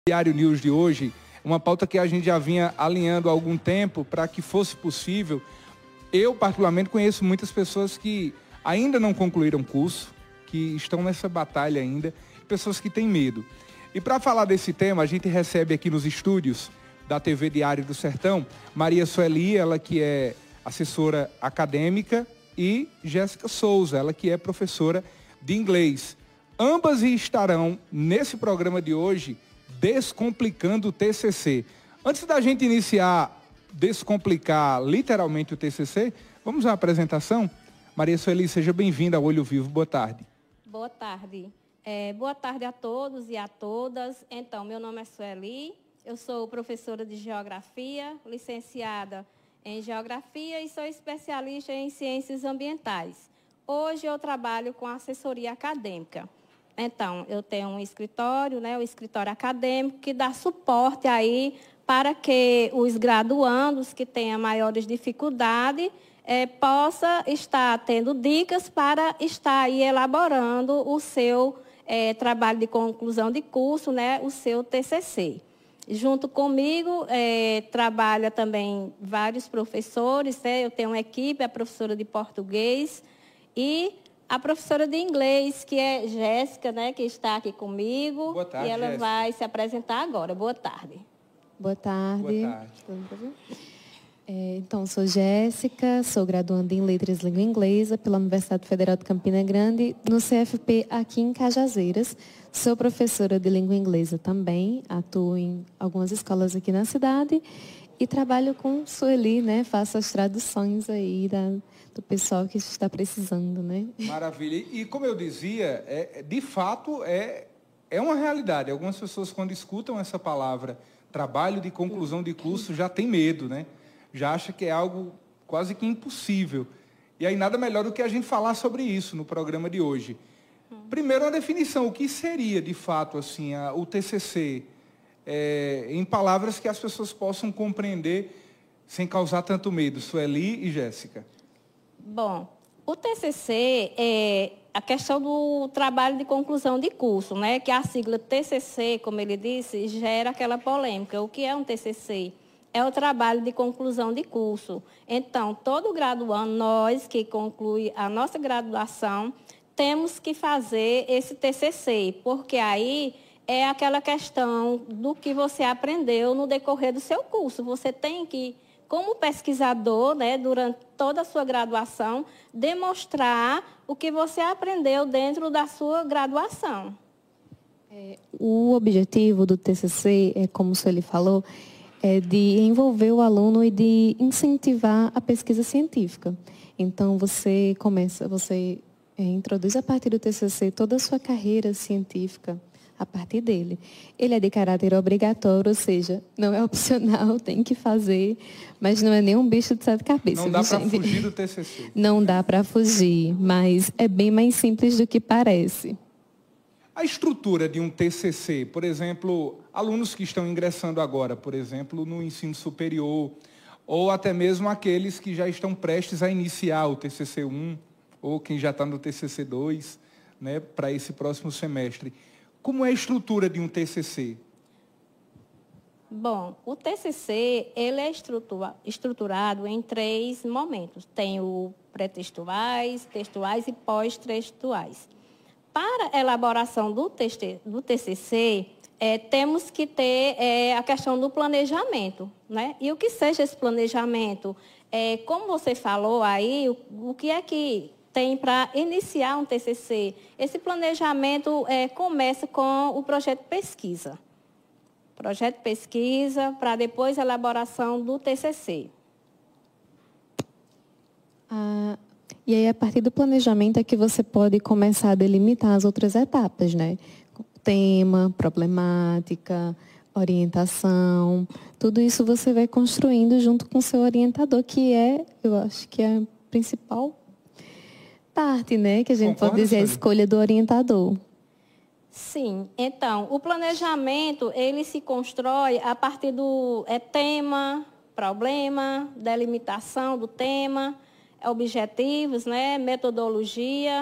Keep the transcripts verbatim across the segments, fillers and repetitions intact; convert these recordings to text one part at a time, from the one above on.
Diário News de hoje, uma pauta que a gente já vinha alinhando há algum tempo para que fosse possível. Eu, particularmente, conheço muitas pessoas que ainda não concluíram curso, que estão nessa batalha ainda, pessoas que têm medo. E para falar desse tema, a gente recebe aqui nos estúdios da T V Diário do Sertão, Maria Sueli, ela que é assessora acadêmica, e Jéssica Souza, ela que é professora de inglês. Ambas estarão nesse programa de hoje descomplicando o T C C. Antes da gente iniciar, descomplicar literalmente o T C C, vamos à apresentação? Maria Sueli, seja bem-vinda ao Olho Vivo. Boa tarde. Boa tarde. É, boa tarde a todos e a todas. Então, meu nome é Sueli, eu sou professora de Geografia, licenciada em Geografia e sou especialista em Ciências Ambientais. Hoje eu trabalho com assessoria acadêmica. Então, eu tenho um escritório, né, o escritório acadêmico, que dá suporte aí para que os graduandos que tenham maiores dificuldades eh, possa estar tendo dicas para estar aí elaborando o seu eh, trabalho de conclusão de curso, né, o seu T C C. Junto comigo, eh, trabalha também vários professores, né, eu tenho uma equipe, a professora de português e a professora de inglês, que é Jéssica, né, que está aqui comigo. Boa tarde, e ela Jéssica. vai se apresentar agora. Boa tarde. Boa tarde. Boa tarde. É, então, sou Jéssica, sou graduanda em Letras e Língua Inglesa pela Universidade Federal de Campina Grande, no C F P aqui em Cajazeiras. Sou professora de língua inglesa também, atuo em algumas escolas aqui na cidade e trabalho com Sueli, né, faço as traduções aí da... do pessoal que está precisando, né? Maravilha. E como eu dizia, é, de fato é, é uma realidade. Algumas pessoas, quando escutam essa palavra trabalho de conclusão de curso, já tem medo, né? Já acha que é algo quase que impossível. E aí nada melhor do que a gente falar sobre isso no programa de hoje. Primeiro, uma definição. O que seria, de fato, assim, a, o T C C? É, em palavras que as pessoas possam compreender sem causar tanto medo. Sueli e Jéssica. Bom, o T C C é a questão do trabalho de conclusão de curso, né? Que a sigla T C C, como ele disse, gera aquela polêmica. O que é um T C C? É o trabalho de conclusão de curso. Então, todo graduando, nós que conclui a nossa graduação, temos que fazer esse T C C, porque aí é aquela questão do que você aprendeu no decorrer do seu curso. Você tem que, como pesquisador, né, durante toda a sua graduação, demonstrar o que você aprendeu dentro da sua graduação. É, o objetivo do T C C, é, como o Sueli falou, é de envolver o aluno e de incentivar a pesquisa científica. Então, você começa, você é, introduz a partir do T C C toda a sua carreira científica a partir dele. Ele é de caráter obrigatório, ou seja, não é opcional, tem que fazer, mas não é nem um bicho de sete cabeças. Não dá para fugir do T C C. Não dá para fugir, mas é bem mais simples do que parece. A estrutura de um T C C, por exemplo, alunos que estão ingressando agora, por exemplo, no ensino superior, ou até mesmo aqueles que já estão prestes a iniciar o T C C um, ou quem já está no T C C dois, né, para esse próximo semestre. Como é a estrutura de um T C C? Bom, o T C C ele é estrutura, estruturado em três momentos. Tem o pré-textuais, textuais e pós-textuais. Para a elaboração do, texte, do T C C, é, temos que ter é, a questão do planejamento, né? E o que seja esse planejamento? É, como você falou aí, o, o que é que tem para iniciar um T C C? Esse planejamento é, começa com o projeto de pesquisa. Projeto de pesquisa para depois a elaboração do T C C. Ah, e aí, a partir do planejamento é que você pode começar a delimitar as outras etapas, né? Tema, problemática, orientação, tudo isso você vai construindo junto com o seu orientador, que é, eu acho que é a principal parte, né? Que a gente Concordo, pode dizer, a Sueli? escolha do orientador. Sim, então, o planejamento, ele se constrói a partir do é, tema, problema, delimitação do tema, objetivos, né, metodologia,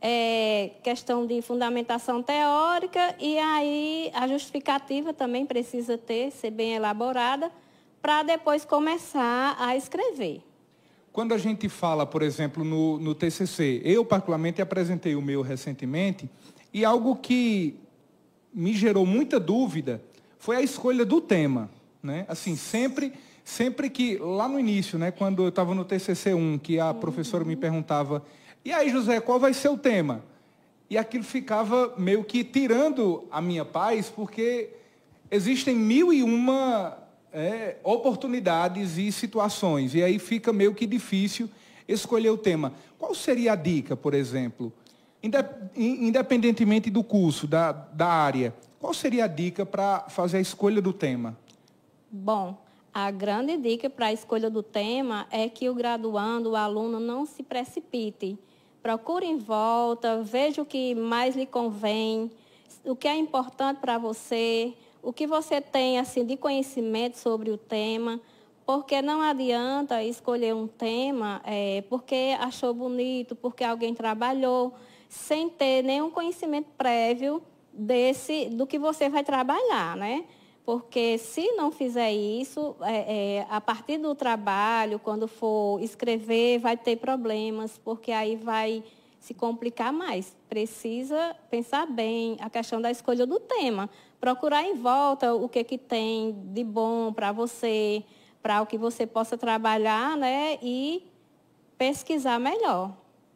é, questão de fundamentação teórica, e aí a justificativa também precisa ter, ser bem elaborada, para depois começar a escrever. Quando a gente fala, por exemplo, no, no T C C, eu particularmente apresentei o meu recentemente, e algo que me gerou muita dúvida foi a escolha do tema, né? Assim, sempre, sempre que, lá no início, né, quando eu estava no T C C um, que a professora me perguntava, e aí, José, qual vai ser o tema? E aquilo ficava meio que tirando a minha paz, porque existem mil e uma é, oportunidades e situações, e aí fica meio que difícil escolher o tema. Qual seria a dica, por exemplo? Independentemente do curso, da, da área, qual seria a dica para fazer a escolha do tema? Bom, a grande dica para a escolha do tema é que o graduando, o aluno, não se precipite. Procure em volta, veja o que mais lhe convém, o que é importante para você, o que você tem assim, de conhecimento sobre o tema, porque não adianta escolher um tema é, porque achou bonito, porque alguém trabalhou, sem ter nenhum conhecimento prévio desse, do que você vai trabalhar, né? Porque se não fizer isso, é, é, a partir do trabalho, quando for escrever, vai ter problemas, porque aí vai se complicar mais. Precisa pensar bem a questão da escolha do tema. Procurar em volta o que, que tem de bom para você, para o que você possa trabalhar, né? E pesquisar melhor.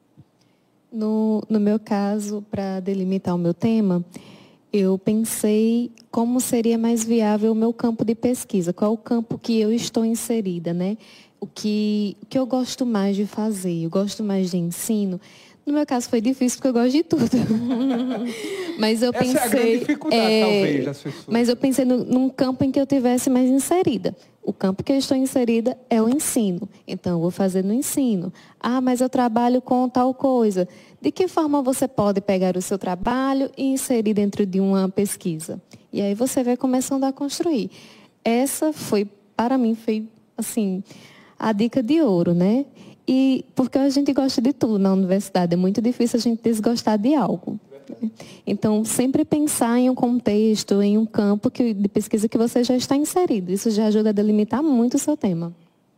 No, no meu caso, para delimitar o meu tema, eu pensei como seria mais viável o meu campo de pesquisa, qual é o campo que eu estou inserida, né? O que, o que eu gosto mais de fazer, eu gosto mais de ensino. No meu caso foi difícil porque eu gosto de tudo. Mas eu Essa pensei, é a grande dificuldade, é, talvez, das pessoas. Mas eu pensei no, num campo em que eu tivesse mais inserida. O campo que eu estou inserida é o ensino. Então, eu vou fazer no ensino. Ah, mas eu trabalho com tal coisa. De que forma você pode pegar o seu trabalho e inserir dentro de uma pesquisa? E aí você vai começando a construir. Essa foi, para mim, foi, assim, a dica de ouro, né? E porque a gente gosta de tudo na universidade. É muito difícil a gente desgostar de algo. Então, sempre pensar em um contexto, em um campo que, de pesquisa que você já está inserido. Isso já ajuda a delimitar muito o seu tema.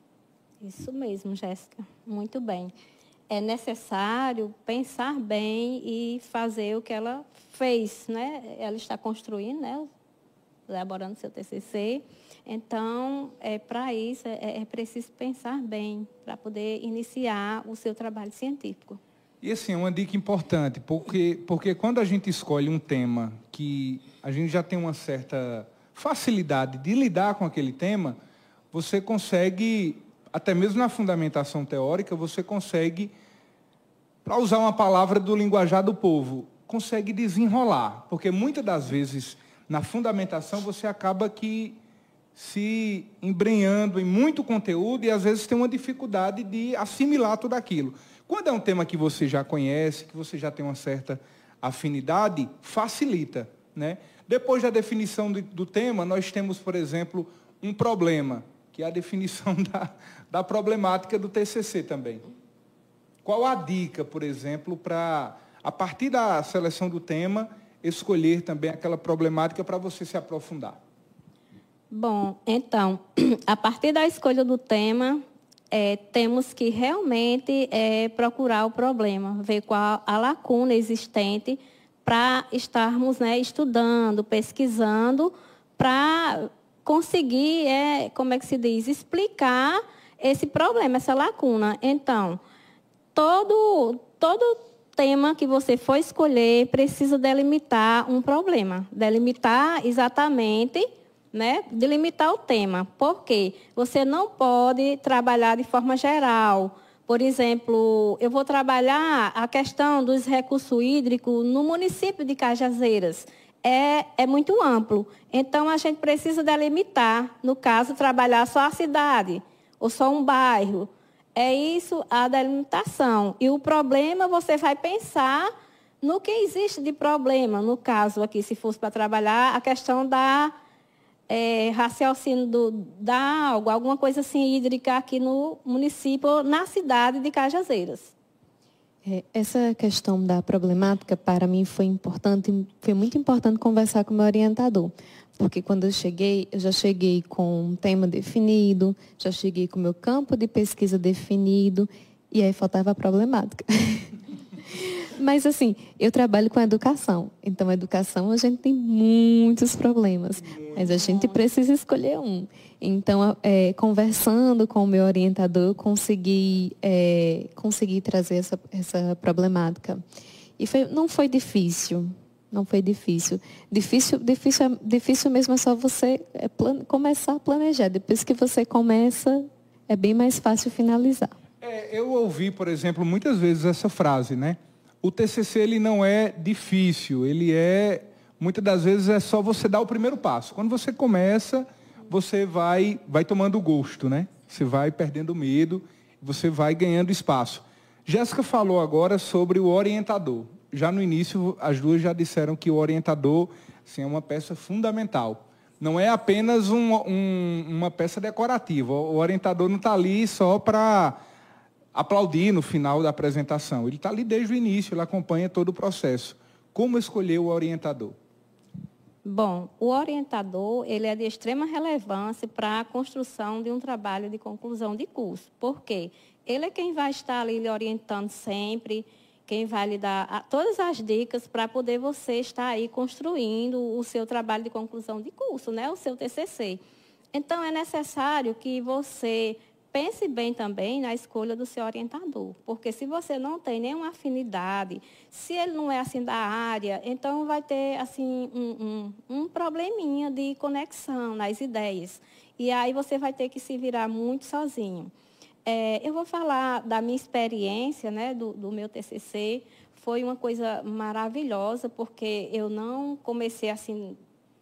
Isso mesmo, Jéssica. Muito bem. É necessário pensar bem e fazer o que ela fez, né? Ela está construindo, né? Elaborando seu T C C. Então, é, para isso, é, é preciso pensar bem para poder iniciar o seu trabalho científico. E assim, é uma dica importante, porque, porque quando a gente escolhe um tema que a gente já tem uma certa facilidade de lidar com aquele tema, você consegue, até mesmo na fundamentação teórica, você consegue, para usar uma palavra do linguajar do povo, consegue desenrolar. Porque muitas das vezes, na fundamentação, você acaba que se embrenhando em muito conteúdo e às vezes tem uma dificuldade de assimilar tudo aquilo. Quando é um tema que você já conhece, que você já tem uma certa afinidade, facilita, né? Depois da definição do, do tema, nós temos, por exemplo, um problema, que é a definição da, da problemática do T C C também. Qual a dica, por exemplo, para, a partir da seleção do tema, escolher também aquela problemática para você se aprofundar? Bom, então, a partir da escolha do tema, é, temos que realmente é, procurar o problema, ver qual a lacuna existente para estarmos, né, estudando, pesquisando, para conseguir, é, como é que se diz, explicar esse problema, essa lacuna. Então, todo, todo tema que você for escolher precisa delimitar um problema, delimitar exatamente... Né, delimitar o tema. Por quê? Você não pode trabalhar de forma geral. Por exemplo, eu vou trabalhar a questão dos recursos hídricos no município de Cajazeiras. É, é muito amplo. Então, a gente precisa delimitar. No caso, trabalhar só a cidade ou só um bairro. É isso a delimitação. E o problema, você vai pensar no que existe de problema. No caso aqui, se fosse para trabalhar a questão da... É, raciocínio do, da água, alguma coisa assim hídrica aqui no município, na cidade de Cajazeiras. É, essa questão da problemática, para mim, foi importante, foi muito importante conversar com o meu orientador. Porque quando eu cheguei, eu já cheguei com um tema definido, já cheguei com o meu campo de pesquisa definido, e aí faltava a problemática. Mas, assim, eu trabalho com a educação. Então, a educação, a gente tem muitos problemas. Mas a gente precisa escolher um. Então, é, conversando com o meu orientador, eu consegui, é, consegui trazer essa, essa problemática. E foi, não foi difícil. Não foi difícil. Difícil, difícil, difícil mesmo é só você é, plan, começar a planejar. Depois que você começa, é bem mais fácil finalizar. É, eu ouvi, por exemplo, muitas vezes essa frase, né? O T C C ele não é difícil, ele é, muitas das vezes é só você dar o primeiro passo. Quando você começa, você vai, vai tomando gosto, né? Você vai perdendo medo, você vai ganhando espaço. Jéssica falou agora sobre o orientador. Já no início, as duas já disseram que o orientador assim, é uma peça fundamental. Não é apenas um, um, uma peça decorativa. O orientador não está ali só para aplaudir no final da apresentação. Ele está ali desde o início, ele acompanha todo o processo. Como escolher o orientador? Bom, o orientador ele é de extrema relevância para a construção de um trabalho de conclusão de curso. Por quê? Ele é quem vai estar ali lhe orientando sempre, quem vai lhe dar todas as dicas para poder você estar aí construindo o seu trabalho de conclusão de curso, né? O seu T C C. Então, é necessário que você pense bem também na escolha do seu orientador, porque se você não tem nenhuma afinidade, se ele não é assim da área, então vai ter assim um, um, um probleminha de conexão nas ideias. E aí você vai ter que se virar muito sozinho. É, eu vou falar da minha experiência, né, do, do meu T C C. Foi uma coisa maravilhosa, porque eu não comecei assim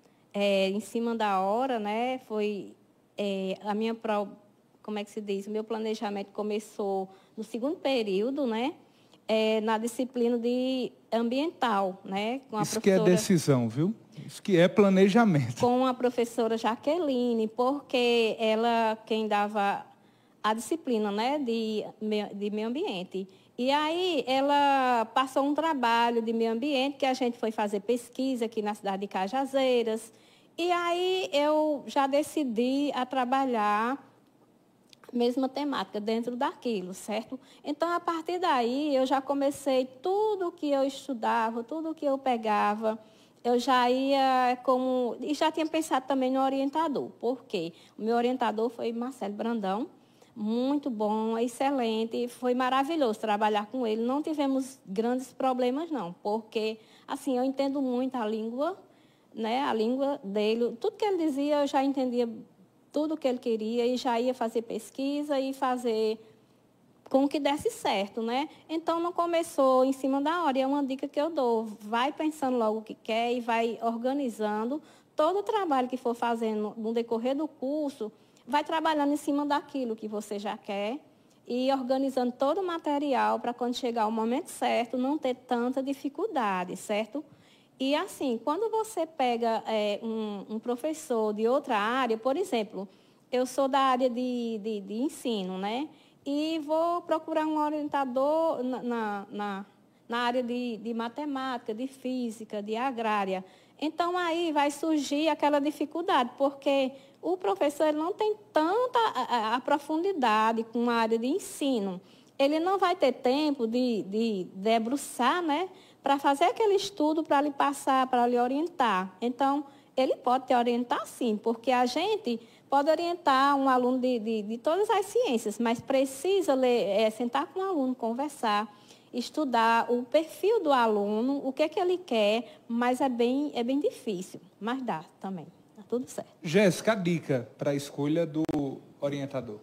é, em cima da hora, né? Foi é, a minha prova. Como é que se diz? O meu planejamento começou no segundo período, né? É, na disciplina de ambiental, né? Com a Isso professora... que é decisão, viu? Isso que é planejamento. Com a professora Jaqueline, porque ela quem dava a disciplina, né? De, de meio ambiente. E aí ela passou um trabalho de meio ambiente que a gente foi fazer pesquisa aqui na cidade de Cajazeiras. E aí eu já decidi a trabalhar mesma temática dentro daquilo, certo? Então, a partir daí, eu já comecei tudo que eu estudava, tudo que eu pegava, eu já ia como... E já tinha pensado também no orientador. Por quê? O meu orientador foi Marcelo Brandão, muito bom, excelente, foi maravilhoso trabalhar com ele. Não tivemos grandes problemas, não, porque, assim, eu entendo muito a língua, né? A língua dele, tudo que ele dizia eu já entendia tudo o que ele queria e já ia fazer pesquisa e fazer com que desse certo, né? Então, não começou em cima da hora. E é uma dica que eu dou. Vai pensando logo o que quer e vai organizando. Todo o trabalho que for fazendo no decorrer do curso, vai trabalhando em cima daquilo que você já quer e organizando todo o material para, quando chegar o momento certo, não ter tanta dificuldade, certo? E, assim, quando você pega é, um, um professor de outra área, por exemplo, eu sou da área de, de, de ensino, né? E vou procurar um orientador na, na, na, na área de, de matemática, de física, de agrária. Então, aí vai surgir aquela dificuldade, porque o professor ele não tem tanta a, a profundidade com a área de ensino. Ele não vai ter tempo de, de debruçar, né? Para fazer aquele estudo, para lhe passar, para lhe orientar. Então, ele pode te orientar sim, porque a gente pode orientar um aluno de, de, de todas as ciências, mas precisa ler, é, sentar com o aluno, conversar, estudar o perfil do aluno, o que é que ele quer, mas é bem, é bem difícil, mas dá também, dá tudo certo. Jéssica, a dica para a escolha do orientador?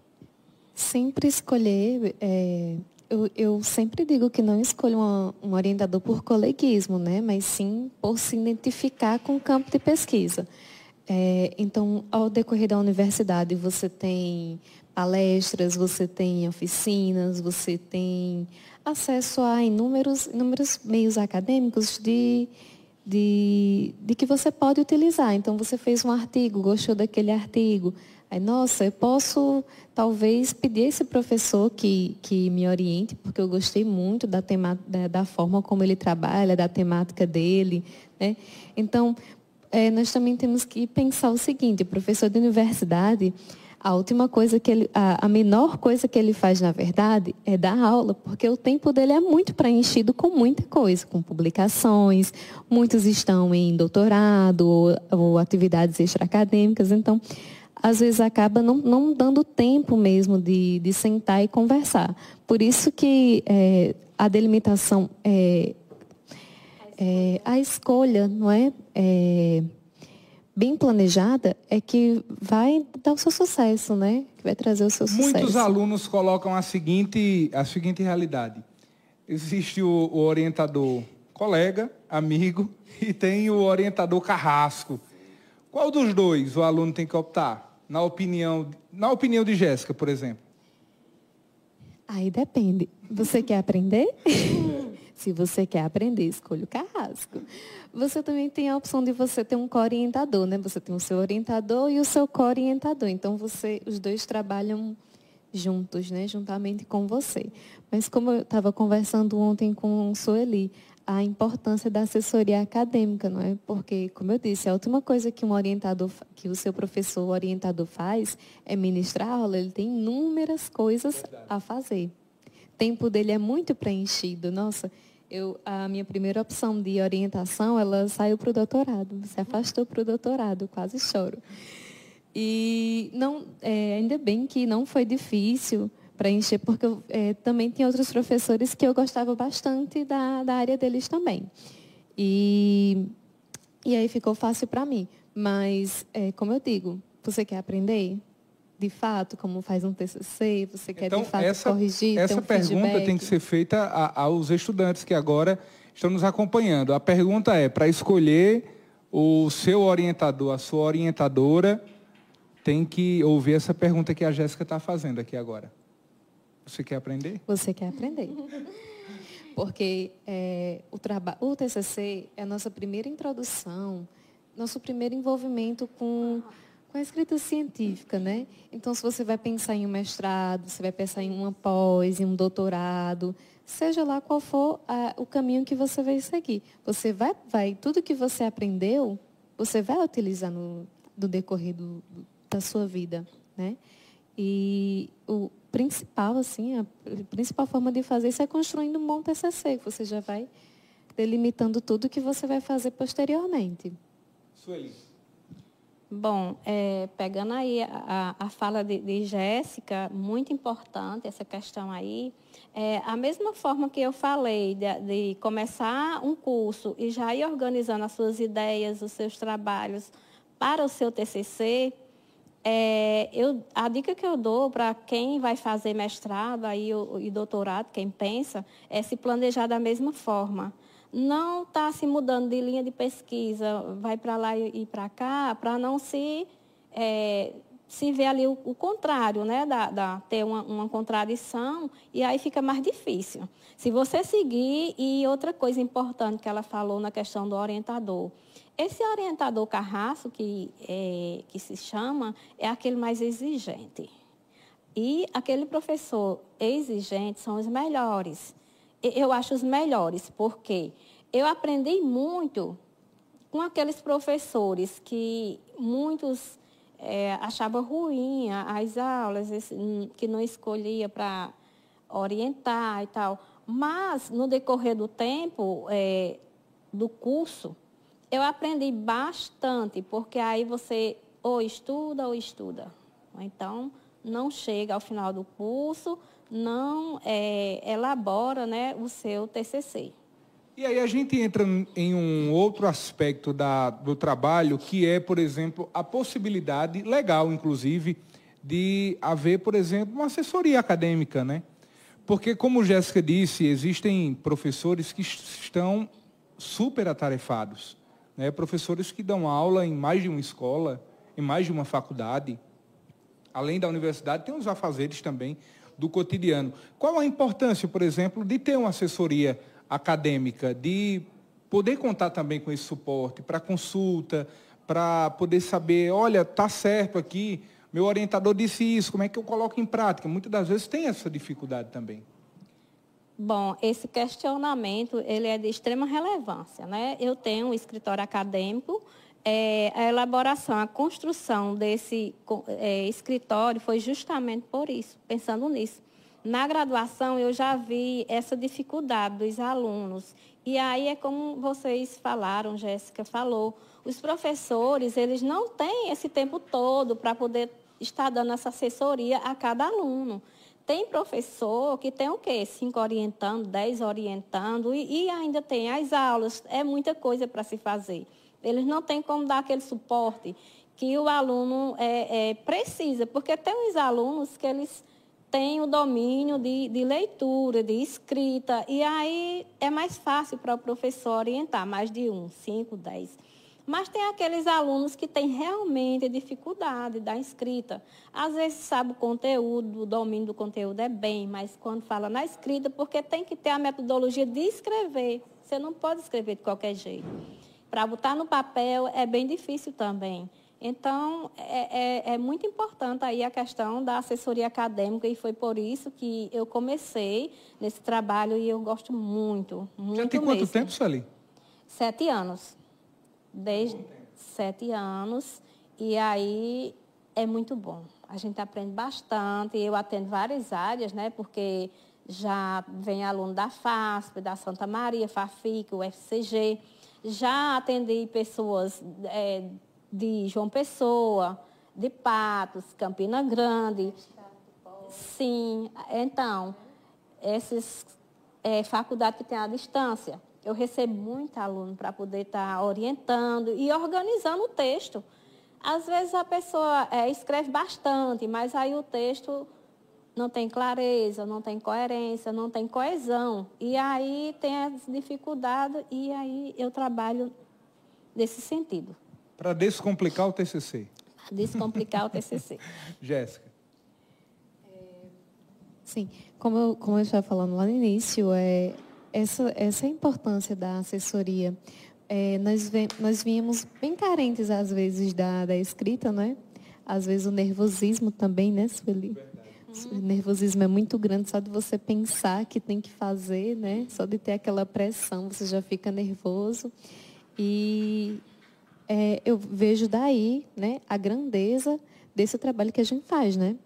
Sempre escolher... É... Eu, eu sempre digo que não escolho uma, um orientador por coleguismo, né? Mas sim por se identificar com o campo de pesquisa. É, então, ao decorrer da universidade, você tem palestras, você tem oficinas, você tem acesso a inúmeros, inúmeros meios acadêmicos de, de, de que você pode utilizar. Então, você fez um artigo, gostou daquele artigo. Aí, nossa, eu posso, talvez, pedir a esse professor que, que me oriente, porque eu gostei muito da, tema, da, da forma como ele trabalha, da temática dele, né? Então, é, nós também temos que pensar o seguinte, o professor de universidade, a última coisa que ele, a, a menor coisa que ele faz, na verdade, é dar aula, porque o tempo dele é muito preenchido com muita coisa, com publicações, muitos estão em doutorado ou, ou atividades extraacadêmicas, então, às vezes acaba não, não dando tempo mesmo de, de sentar e conversar. Por isso que é, a delimitação, é, é, a escolha, não é, é bem planejada, é que vai dar o seu sucesso, né? Que vai trazer o seu sucesso. Muitos alunos colocam a seguinte, a seguinte realidade. Existe o, o orientador colega, amigo, e tem o orientador carrasco. Qual dos dois o aluno tem que optar? Na opinião, na opinião de Jéssica, por exemplo. Aí depende. Você quer aprender? Se você quer aprender, escolha o carrasco. Você também tem a opção de você ter um co-orientador, né? Você tem o seu orientador e o seu co-orientador. Então, você, os dois trabalham juntos, né? Juntamente com você. Mas como eu estava conversando ontem com o Sueli, a importância da assessoria acadêmica, não é? Porque, como eu disse, a última coisa que um orientador, que o seu professor orientador faz é ministrar aula. Ele tem inúmeras coisas a fazer. O tempo dele é muito preenchido. Nossa, eu, a minha primeira opção de orientação, ela saiu para o doutorado, se afastou para o doutorado, quase choro. E não, é, ainda bem que não foi difícil preencher, porque eu, é, também tem outros professores que eu gostava bastante da, da área deles também. E, e aí ficou fácil para mim. Mas, é, como eu digo, você quer aprender? De fato, como faz um T C C, você quer então, de fato essa, corrigir, essa ter um pergunta feedback? tem que ser feita a, aos estudantes que agora estão nos acompanhando. A pergunta é, para escolher o seu orientador, a sua orientadora, tem que ouvir essa pergunta que a Jéssica está fazendo aqui agora. Você quer aprender? Você quer aprender. Porque é, o, traba- o T C C é a nossa primeira introdução, nosso primeiro envolvimento com, com a escrita científica, né? Então, se você vai pensar em um mestrado, você vai pensar em uma pós, em um doutorado, seja lá qual for a, o caminho que você vai seguir. Você vai, vai, tudo que você aprendeu, você vai utilizar no, no decorrer do, do, da sua vida, né? E o principal, assim, a principal forma de fazer isso é construindo um bom T C C, que você já vai delimitando tudo que você vai fazer posteriormente. Sueli. Bom, é, pegando aí a, a fala de, de Jéssica, muito importante essa questão aí. É, a mesma forma que eu falei de, de começar um curso e já ir organizando as suas ideias, os seus trabalhos para o seu T C C, É, eu, a dica que eu dou para quem vai fazer mestrado aí, o, e doutorado, quem pensa, é se planejar da mesma forma. Não está se mudando de linha de pesquisa, vai para lá e, e para cá, para não se, é, se ver ali o, o contrário, né? Da, da, ter uma, uma contradição, e aí fica mais difícil. Se você seguir, e outra coisa importante que ela falou na questão do orientador, esse orientador carrasco, que, é, que se chama, é aquele mais exigente. E aquele professor exigente são os melhores. Eu acho os melhores, porque eu aprendi muito com aqueles professores que muitos é, achavam ruim as aulas, que não escolhia para orientar e tal. Mas, no decorrer do tempo, é, do curso, eu aprendi bastante, porque aí você ou estuda ou estuda. Então, não chega ao final do curso, não é, elabora, né, o seu T C C. E aí a gente entra em um outro aspecto da, do trabalho, que é, por exemplo, a possibilidade, legal inclusive, de haver, por exemplo, uma assessoria acadêmica, né? Porque, como Jéssica disse, existem professores que estão super atarefados, né? Professores que dão aula em mais de uma escola, em mais de uma faculdade. Além da universidade, tem os afazeres também do cotidiano. Qual a importância, por exemplo, de ter uma assessoria acadêmica, de poder contar também com esse suporte para consulta, para poder saber, olha, está certo aqui, meu orientador disse isso, como é que eu coloco em prática? Muitas das vezes tem essa dificuldade também. Bom, esse questionamento ele é de extrema relevância, né? Eu tenho um escritório acadêmico, é, a elaboração, a construção desse é, escritório foi justamente por isso, pensando nisso. Na graduação, eu já vi essa dificuldade dos alunos. E aí é como vocês falaram, Jéssica falou, os professores, eles não têm esse tempo todo para poder estar dando essa assessoria a cada aluno. Tem professor que tem o quê? Cinco orientando, dez orientando, e, e ainda tem as aulas, é muita coisa para se fazer. Eles não têm como dar aquele suporte que o aluno é, é, precisa, porque tem uns alunos que eles têm o domínio de, de leitura, de escrita, e aí é mais fácil para o professor orientar, mais de um, cinco, dez. Mas tem aqueles alunos que têm realmente dificuldade da escrita. Às vezes sabe o conteúdo, o domínio do conteúdo é bem, mas quando fala na escrita, porque tem que ter a metodologia de escrever. Você não pode escrever de qualquer jeito. Para botar no papel é bem difícil também. Então, é, é, é muito importante aí a questão da assessoria acadêmica, e foi por isso que eu comecei nesse trabalho e eu gosto muito, muito Já tem mesmo. quanto tempo, Sueli? Sete anos. Desde sete anos, e aí é muito bom. A gente aprende bastante, eu atendo várias áreas, né? Porque já vem aluno da FASP, da Santa Maria, FAFIC, U F C G. Já atendi pessoas é, de João Pessoa, de Patos, Campina Grande. Sim, então, essas é, faculdades que tem à distância. Eu recebo muito aluno para poder estar orientando e organizando o texto. Às vezes a pessoa é, escreve bastante, mas aí o texto não tem clareza, não tem coerência, não tem coesão. E aí tem as dificuldades e aí eu trabalho nesse sentido. Para descomplicar o T C C. Para descomplicar o T C C. Jéssica. É, sim, como eu, como eu estava falando lá no início, é... Essa, essa é a importância da assessoria. É, nós, vem, nós viemos bem carentes, às vezes, da, da escrita, né? Às vezes o nervosismo também, né, Sueli? Uhum. O nervosismo é muito grande, só de você pensar que tem que fazer, né? Só de ter aquela pressão, você já fica nervoso. E é, eu vejo daí, né, a grandeza desse trabalho que a gente faz, né?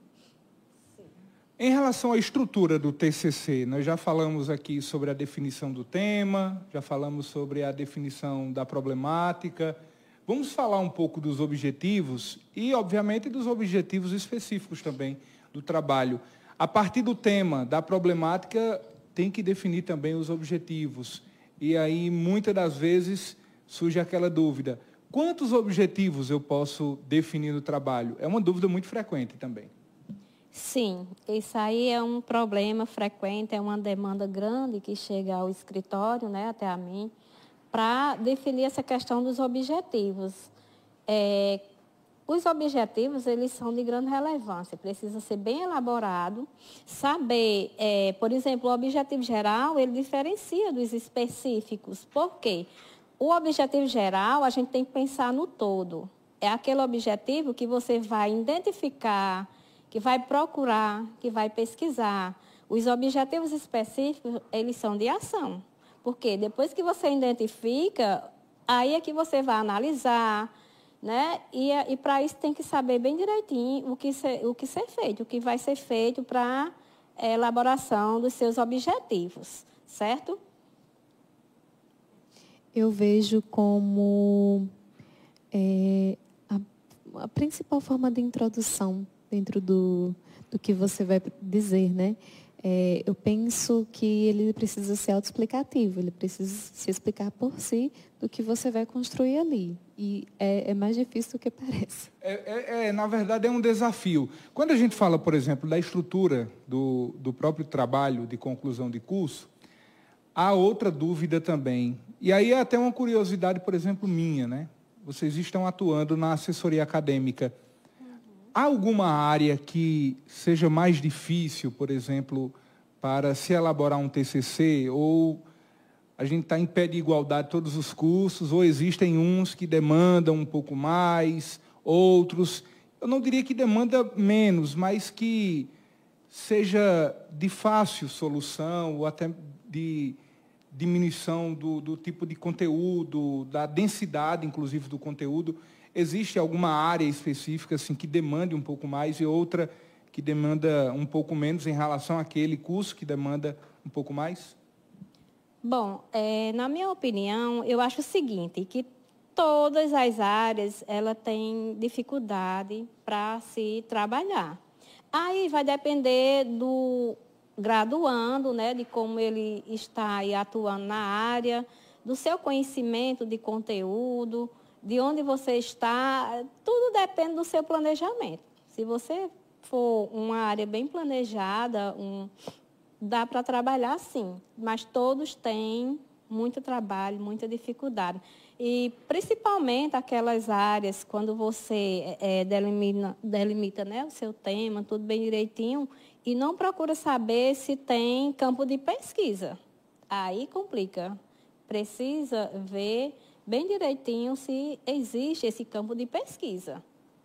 Em relação à estrutura do T C C, nós já falamos aqui sobre a definição do tema, já falamos sobre a definição da problemática. Vamos falar um pouco dos objetivos e, obviamente, dos objetivos específicos também do trabalho. A partir do tema, da problemática, tem que definir também os objetivos. E aí, muitas das vezes, surge aquela dúvida: quantos objetivos eu posso definir no trabalho? É uma dúvida muito frequente também. Sim, isso aí é um problema frequente, é uma demanda grande que chega ao escritório, né, até a mim, para definir essa questão dos objetivos. É, os objetivos, eles são de grande relevância, precisa ser bem elaborado, saber, é, por exemplo, o objetivo geral, ele diferencia dos específicos. Por quê? O objetivo geral, a gente tem que pensar no todo. É aquele objetivo que você vai identificar, que vai procurar, que vai pesquisar. Os objetivos específicos, eles são de ação. Porque depois que você identifica, aí é que você vai analisar, né? E, e para isso tem que saber bem direitinho o que ser, o que ser feito, o que vai ser feito para a elaboração dos seus objetivos, certo? Eu vejo como é, a, a principal forma de introdução dentro do, do que você vai dizer, né? É, eu penso que ele precisa ser autoexplicativo, ele precisa se explicar por si do que você vai construir ali. E é, é mais difícil do que parece. É, é, é, na verdade, é um desafio. Quando a gente fala, por exemplo, da estrutura do, do próprio trabalho de conclusão de curso, há outra dúvida também. E aí é até uma curiosidade, por exemplo, minha, né? Vocês estão atuando na assessoria acadêmica. Há alguma área que seja mais difícil, por exemplo, para se elaborar um T C C? Ou a gente está em pé de igualdade todos os cursos, ou existem uns que demandam um pouco mais, outros, eu não diria que demanda menos, mas que seja de fácil solução, ou até de diminuição do, do tipo de conteúdo, da densidade, inclusive, do conteúdo. Existe alguma área específica assim, que demande um pouco mais e outra que demanda um pouco menos em relação àquele curso que demanda um pouco mais? Bom, é, na minha opinião, eu acho o seguinte, que todas as áreas ela têm dificuldade para se trabalhar. Aí vai depender do graduando, né, de como ele está aí atuando na área, do seu conhecimento de conteúdo, de onde você está, tudo depende do seu planejamento. Se você for uma área bem planejada, um, dá para trabalhar sim, mas todos têm muito trabalho, muita dificuldade. E principalmente aquelas áreas, quando você é, delimita, delimita né, o seu tema, tudo bem direitinho, e não procura saber se tem campo de pesquisa. Aí complica. Precisa ver bem direitinho se existe esse campo de pesquisa.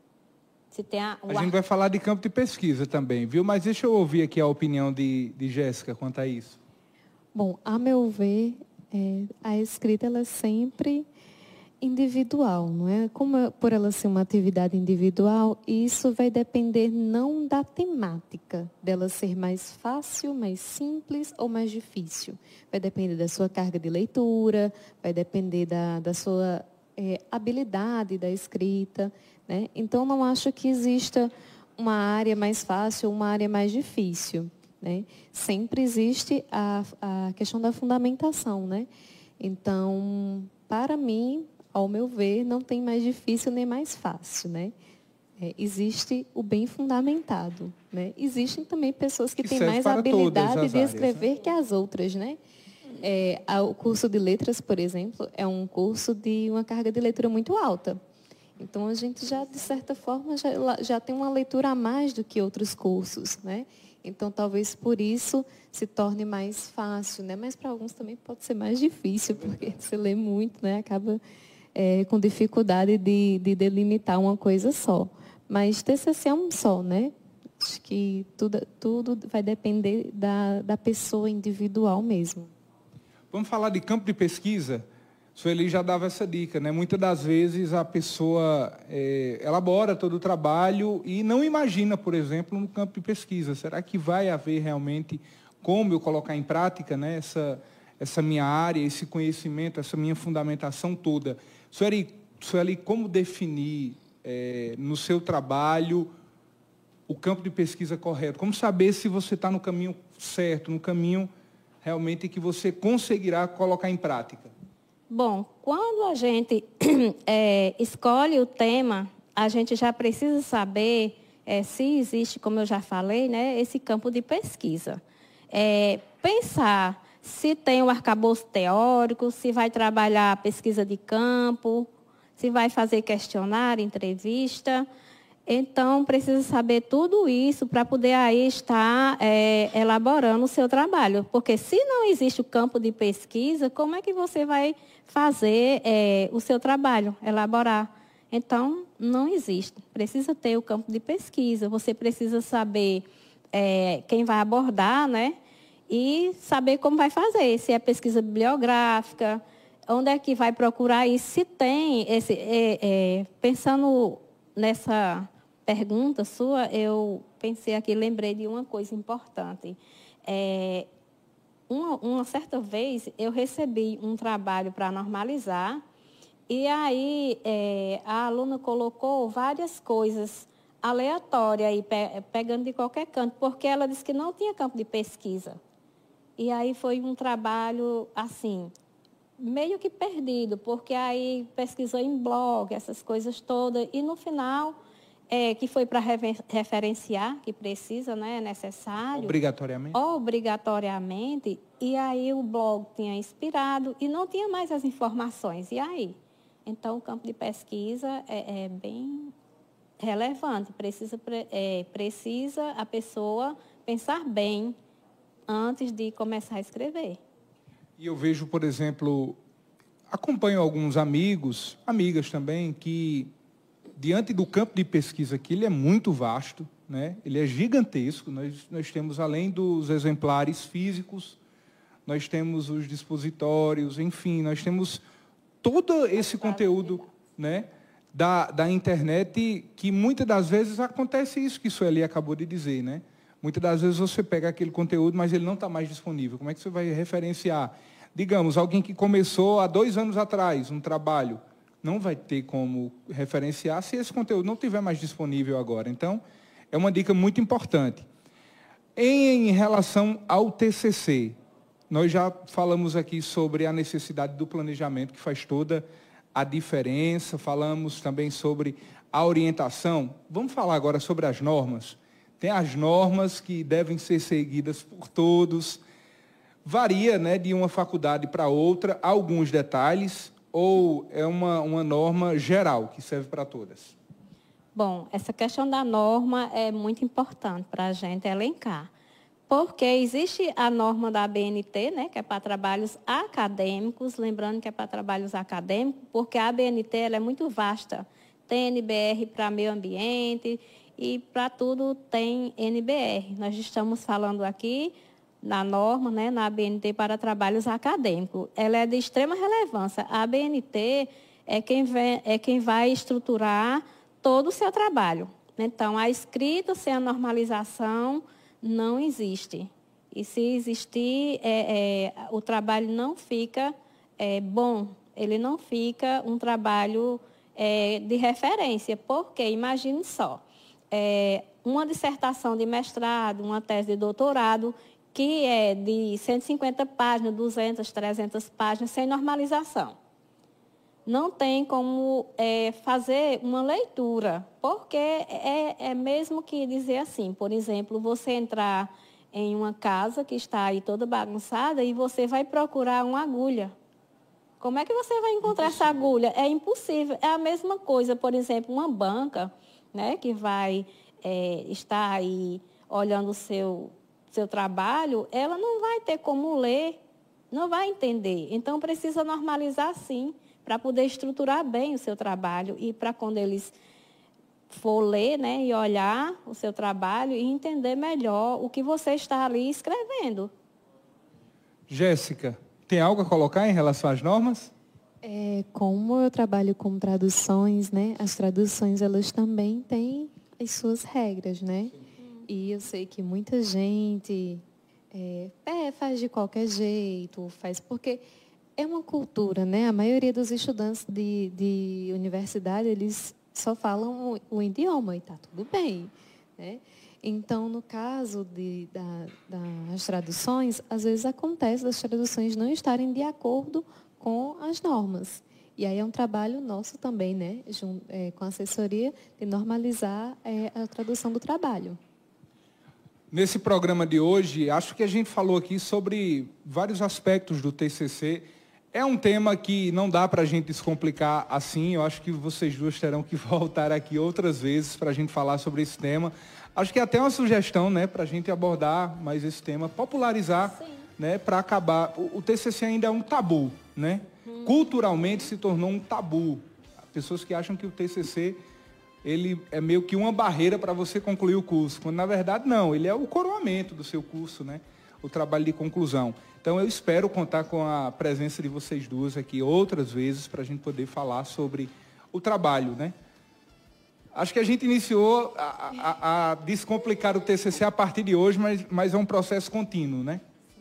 Se tem a, a gente vai falar de campo de pesquisa também, viu? Mas deixa eu ouvir aqui a opinião de, de Jéssica quanto a isso. Bom, a meu ver, é, a escrita ela é sempre individual, não é? Como por ela ser uma atividade individual, isso vai depender não da temática, dela ser mais fácil, mais simples ou mais difícil. Vai depender da sua carga de leitura, vai depender da, da sua é, habilidade da escrita, né? Então, não acho que exista uma área mais fácil ou uma área mais difícil, né? Sempre existe a, a questão da fundamentação, né? Então, para mim, ao meu ver, não tem mais difícil nem mais fácil, né? É, existe o bem fundamentado, né? Existem também pessoas que, que têm mais habilidade de escrever áreas, né? Que as outras, né? É, o curso de letras, por exemplo, é um curso de uma carga de leitura muito alta. Então, a gente já, de certa forma, já, já tem uma leitura a mais do que outros cursos, né? Então, talvez por isso se torne mais fácil, né? Mas para alguns também pode ser mais difícil, porque você lê muito, né? Acaba é, com dificuldade de, de delimitar uma coisa só. Mas T C C é um só, né? Acho que tudo, tudo vai depender da, da pessoa individual mesmo. Vamos falar de campo de pesquisa? Sueli já dava essa dica, né? Muitas das vezes a pessoa é, elabora todo o trabalho e não imagina, por exemplo, no campo de pesquisa. Será que vai haver realmente como eu colocar em prática, né, essa, essa minha área, esse conhecimento, essa minha fundamentação toda? Sueli, Sueli como definir é, no seu trabalho o campo de pesquisa correto? Como saber se você está no caminho certo, no caminho realmente que você conseguirá colocar em prática? Bom, quando a gente é, escolhe o tema, a gente já precisa saber é, se existe, como eu já falei, né, esse campo de pesquisa. É, pensar se tem o arcabouço teórico, se vai trabalhar pesquisa de campo, se vai fazer questionário, entrevista. Então, precisa saber tudo isso para poder aí estar é, elaborando o seu trabalho. Porque se não existe o campo de pesquisa, como é que você vai fazer é, o seu trabalho, elaborar? Então, não existe. Precisa ter o campo de pesquisa, você precisa saber é, quem vai abordar, né? E saber como vai fazer, se é pesquisa bibliográfica, onde é que vai procurar isso, se tem, esse, é, é, pensando nessa pergunta sua, eu pensei aqui, lembrei de uma coisa importante. É, uma, uma certa vez, eu recebi um trabalho para normalizar, e aí é, a aluna colocou várias coisas aleatórias, aí, pe, pegando de qualquer canto, porque ela disse que não tinha campo de pesquisa. E aí foi um trabalho, assim, meio que perdido, porque aí pesquisou em blog, essas coisas todas, e no final... É, que foi para referenciar, que precisa, né, é necessário. Obrigatoriamente? Obrigatoriamente. E aí o blog tinha expirado e não tinha mais as informações. E aí? Então, o campo de pesquisa é, é bem relevante. Precisa, é, precisa a pessoa pensar bem antes de começar a escrever. E eu vejo, por exemplo, acompanho alguns amigos, amigas também, que diante do campo de pesquisa aqui, ele é muito vasto, né? Ele é gigantesco. Nós, nós temos, além dos exemplares físicos, nós temos os dispositórios, enfim, nós temos todo esse conteúdo, né, da, da internet, que muitas das vezes acontece isso que Sueli acabou de dizer, né? Muitas das vezes você pega aquele conteúdo, mas ele não está mais disponível. Como é que você vai referenciar? Digamos, alguém que começou há dois anos atrás um trabalho, não vai ter como referenciar se esse conteúdo não estiver mais disponível agora. Então, é uma dica muito importante. Em relação ao T C C, nós já falamos aqui sobre a necessidade do planejamento, que faz toda a diferença. Falamos também sobre a orientação. Vamos falar agora sobre as normas. Tem as normas que devem ser seguidas por todos. Varia, né, de uma faculdade para outra, alguns detalhes, ou é uma, uma norma geral que serve para todas? Bom, essa questão da norma é muito importante para a gente elencar. Porque existe a norma da A B N T, né, que é para trabalhos acadêmicos, lembrando que é para trabalhos acadêmicos, porque a A B N T ela é muito vasta. Tem N B R para meio ambiente e para tudo tem N B R. Nós estamos falando aqui na norma, né, na A B N T para trabalhos acadêmicos. Ela é de extrema relevância. A A B N T é quem, vem, é quem vai estruturar todo o seu trabalho. Então, a escrita sem a normalização não existe. E se existir, é, é, o trabalho não fica é, bom, ele não fica um trabalho é, de referência. Porque, imagine só, é, uma dissertação de mestrado, uma tese de doutorado, que é de cento e cinquenta páginas, duzentas, trezentas páginas, sem normalização. Não tem como é, fazer uma leitura, porque é, é mesmo que dizer assim, por exemplo, você entrar em uma casa que está aí toda bagunçada e você vai procurar uma agulha. Como é que você vai encontrar essa agulha? É impossível. É a mesma coisa, por exemplo, uma banca, né, que vai é, estar aí olhando o seu, seu trabalho, ela não vai ter como ler, não vai entender. Então, precisa normalizar, sim, para poder estruturar bem o seu trabalho e para quando eles for ler, né, e olhar o seu trabalho e entender melhor o que você está ali escrevendo. Jéssica, tem algo a colocar em relação às normas? É, como eu trabalho com traduções, né, as traduções elas também têm as suas regras, né? E eu sei que muita gente é, é, faz de qualquer jeito, faz porque é uma cultura, né? A maioria dos estudantes de, de universidade, eles só falam o, o idioma e está tudo bem, né? Então, no caso de, da, das traduções, às vezes acontece das traduções não estarem de acordo com as normas. E aí é um trabalho nosso também, né? Jun, é, com a assessoria, de normalizar é, a tradução do trabalho. Nesse programa de hoje, acho que a gente falou aqui sobre vários aspectos do T C C. É um tema que não dá para a gente descomplicar assim. Eu acho que vocês duas terão que voltar aqui outras vezes para a gente falar sobre esse tema. Acho que é até uma sugestão, né, para a gente abordar mais esse tema, popularizar, né, para acabar. O, o T C C ainda é um tabu, né? Hum. Culturalmente se tornou um tabu. Pessoas que acham que o T C C ele é meio que uma barreira para você concluir o curso, quando na verdade não, ele é o coroamento do seu curso, né? O trabalho de conclusão. Então, eu espero contar com a presença de vocês duas aqui outras vezes para a gente poder falar sobre o trabalho, né? Acho que a gente iniciou a, a, a descomplicar o T C C a partir de hoje, mas, mas é um processo contínuo, né?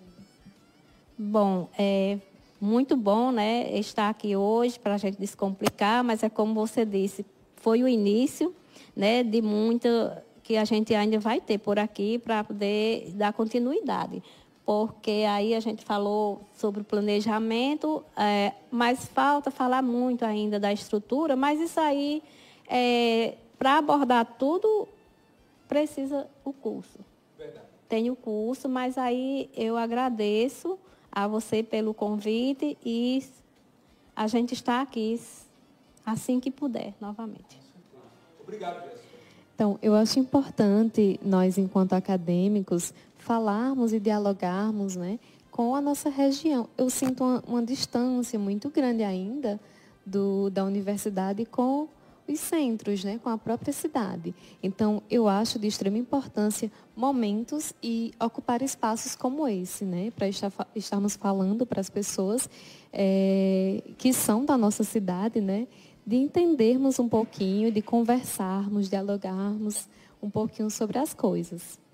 Bom, é muito bom, né, estar aqui hoje para a gente descomplicar, mas é como você disse, foi o início, né, de muita que a gente ainda vai ter por aqui para poder dar continuidade. Porque aí a gente falou sobre o planejamento, é, mas falta falar muito ainda da estrutura, mas isso aí, é, para abordar tudo, precisa o curso. Verdade. Tem o curso, mas aí eu agradeço a você pelo convite e a gente está aqui assim que puder, novamente. Obrigado, Jéssica. Então, eu acho importante nós, enquanto acadêmicos, falarmos e dialogarmos, né, com a nossa região. Eu sinto uma, uma distância muito grande ainda do, da universidade com os centros, né, com a própria cidade. Então, eu acho de extrema importância momentos e ocupar espaços como esse, né, para estar, estarmos falando para as pessoas é, que são da nossa cidade, né, de entendermos um pouquinho, de conversarmos, dialogarmos um pouquinho sobre as coisas.